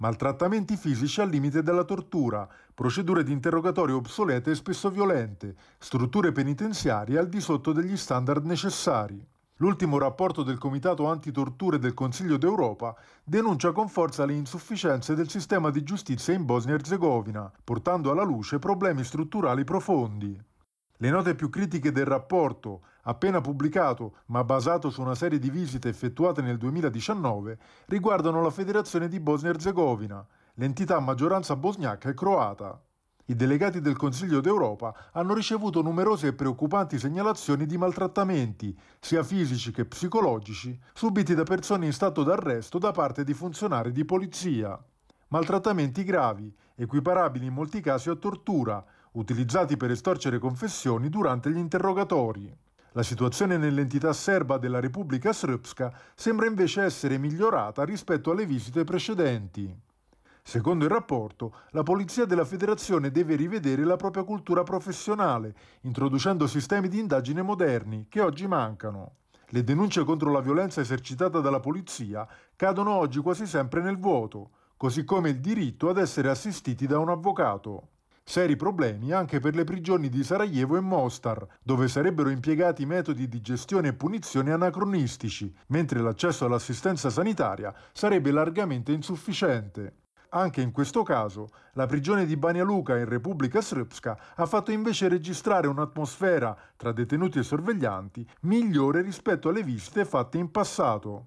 maltrattamenti fisici al limite della tortura, procedure di interrogatorio obsolete e spesso violente, strutture penitenziarie al di sotto degli standard necessari. L'ultimo rapporto del Comitato Antitorture del Consiglio d'Europa denuncia con forza le insufficienze del sistema di giustizia in Bosnia-Herzegovina, portando alla luce problemi strutturali profondi. Le note più critiche del rapporto, appena pubblicato ma basato su una serie di visite effettuate nel 2019, riguardano la Federazione di Bosnia-Herzegovina, l'entità a maggioranza bosniaca e croata. I delegati del Consiglio d'Europa hanno ricevuto numerose e preoccupanti segnalazioni di maltrattamenti, sia fisici che psicologici, subiti da persone in stato d'arresto da parte di funzionari di polizia. Maltrattamenti gravi, equiparabili in molti casi a tortura, utilizzati per estorcere confessioni durante gli interrogatori. La situazione nell'entità serba della Repubblica Srpska sembra invece essere migliorata rispetto alle visite precedenti. Secondo il rapporto, la polizia della federazione deve rivedere la propria cultura professionale, introducendo sistemi di indagine moderni, che oggi mancano. Le denunce contro la violenza esercitata dalla polizia cadono oggi quasi sempre nel vuoto, così come il diritto ad essere assistiti da un avvocato. Seri problemi anche per le prigioni di Sarajevo e Mostar, dove sarebbero impiegati metodi di gestione e punizione anacronistici, mentre l'accesso all'assistenza sanitaria sarebbe largamente insufficiente. Anche in questo caso, la prigione di Banja Luka in Repubblica Srpska ha fatto invece registrare un'atmosfera tra detenuti e sorveglianti migliore rispetto alle visite fatte in passato.